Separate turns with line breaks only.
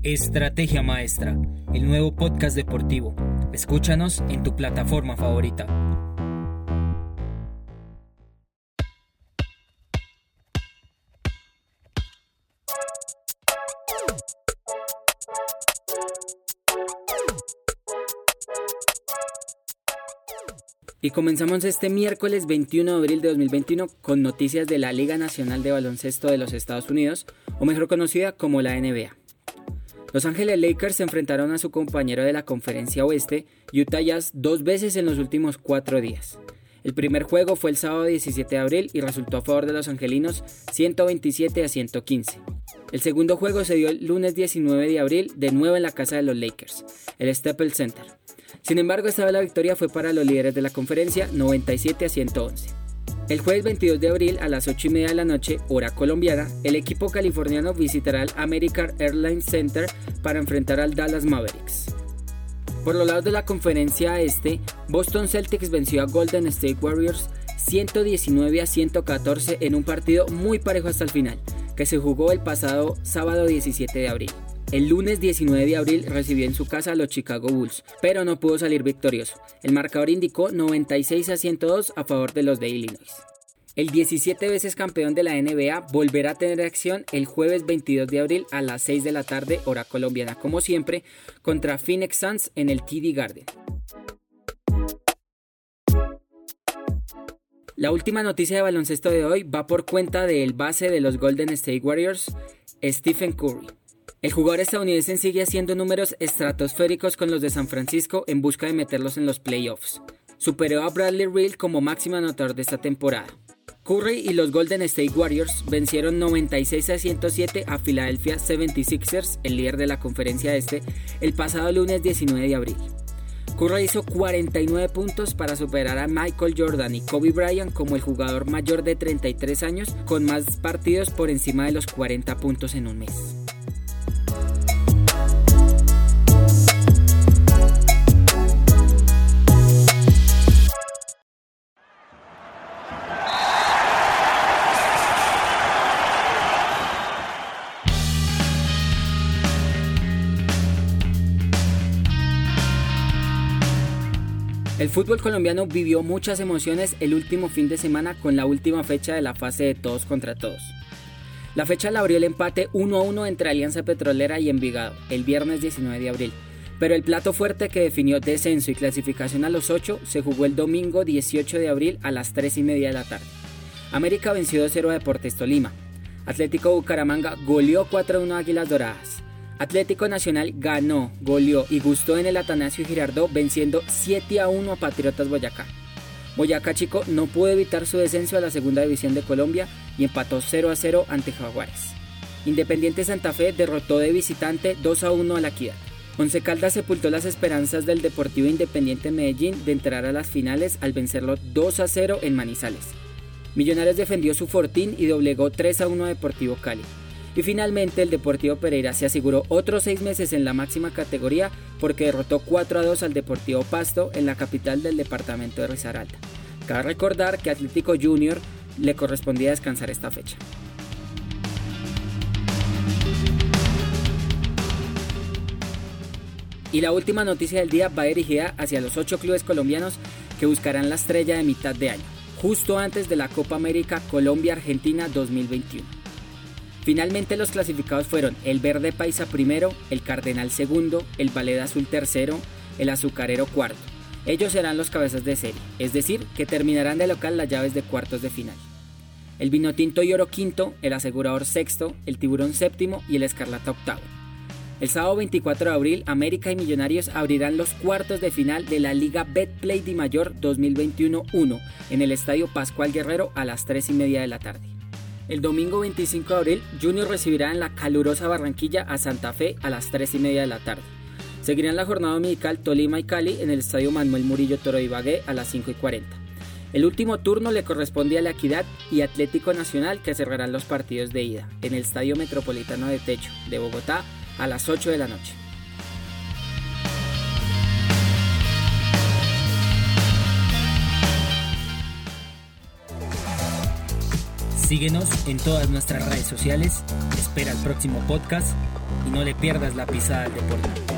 Estrategia Maestra, el nuevo podcast deportivo. Escúchanos en tu plataforma favorita. Y comenzamos este miércoles 21 de abril de 2021 con noticias de la Liga Nacional de Baloncesto de los Estados Unidos, o mejor conocida como la NBA. Los Ángeles Lakers se enfrentaron a su compañero de la Conferencia Oeste, Utah Jazz, 2 veces en los últimos 4 días. El primer juego fue el sábado 17 de abril y resultó a favor de los angelinos 127-115. El segundo juego se dio el lunes 19 de abril, de nuevo en la casa de los Lakers, el Staples Center. Sin embargo, esta vez la victoria fue para los líderes de la conferencia, 97-111. El jueves 22 de abril a las 8:30 de la noche, hora colombiana, el equipo californiano visitará el American Airlines Center para enfrentar al Dallas Mavericks. Por los lados de la conferencia este, Boston Celtics venció a Golden State Warriors 119-114 en un partido muy parejo hasta el final, que se jugó el pasado sábado 17 de abril. El lunes 19 de abril recibió en su casa a los Chicago Bulls, pero no pudo salir victorioso. El marcador indicó 96-102 a favor de los de Illinois. El 17 veces campeón de la NBA volverá a tener acción el jueves 22 de abril a las 6 de la tarde, hora colombiana, como siempre, contra Phoenix Suns en el TD Garden. La última noticia de baloncesto de hoy va por cuenta del base de los Golden State Warriors, Stephen Curry. El jugador estadounidense sigue haciendo números estratosféricos con los de San Francisco en busca de meterlos en los playoffs. Superó a Bradley Beal como máximo anotador de esta temporada. Curry y los Golden State Warriors vencieron 96-107 a Philadelphia 76ers, el líder de la conferencia este, el pasado lunes 19 de abril. Curry hizo 49 puntos para superar a Michael Jordan y Kobe Bryant como el jugador mayor de 33 años con más partidos por encima de los 40 puntos en un mes. El fútbol colombiano vivió muchas emociones el último fin de semana con la última fecha de la fase de todos contra todos. La fecha la abrió el empate 1-1 entre Alianza Petrolera y Envigado, el viernes 19 de abril. Pero el plato fuerte que definió descenso y clasificación a los 8 se jugó el domingo 18 de abril a las 3:30 de la tarde. América venció 2-0 a Deportes Tolima. Atlético Bucaramanga goleó 4-1 a Águilas Doradas. Atlético Nacional ganó, goleó y gustó en el Atanasio Girardot venciendo 7-1 a Patriotas Boyacá. Boyacá Chico no pudo evitar su descenso a la segunda división de Colombia y empató 0-0 ante Jaguares. Independiente Santa Fe derrotó de visitante 2-1 a La Equidad. Once Caldas sepultó las esperanzas del Deportivo Independiente Medellín de entrar a las finales al vencerlo 2-0 en Manizales. Millonarios defendió su fortín y doblegó 3-1 a Deportivo Cali. Y finalmente el Deportivo Pereira se aseguró otros 6 meses en la máxima categoría porque derrotó 4-2 al Deportivo Pasto en la capital del departamento de Risaralda. Cabe recordar que Atlético Junior le correspondía descansar esta fecha. Y la última noticia del día va dirigida hacia los 8 clubes colombianos que buscarán la estrella de mitad de año, justo antes de la Copa América Colombia-Argentina 2021. Finalmente los clasificados fueron el Verde Paisa primero, el Cardenal segundo, el Valeda Azul tercero, el Azucarero cuarto. Ellos serán los cabezas de serie, es decir, que terminarán de local las llaves de cuartos de final. El Vinotinto y Oro quinto, el Asegurador sexto, el Tiburón séptimo y el Escarlata octavo. El sábado 24 de abril, América y Millonarios abrirán los cuartos de final de la Liga Betplay Dimayor 2021-1 en el Estadio Pascual Guerrero a las 3:30 de la tarde. El domingo 25 de abril, Junior recibirá en la calurosa Barranquilla a Santa Fe a las 3:30 de la tarde. Seguirán la jornada dominical Tolima y Cali en el Estadio Manuel Murillo Toro de Ibagué a las 5:40. El último turno le corresponde a La Equidad y Atlético Nacional, que cerrarán los partidos de ida en el Estadio Metropolitano de Techo de Bogotá a las 8 de la noche. Síguenos en todas nuestras redes sociales, espera el próximo podcast y no le pierdas la pisada al deporte.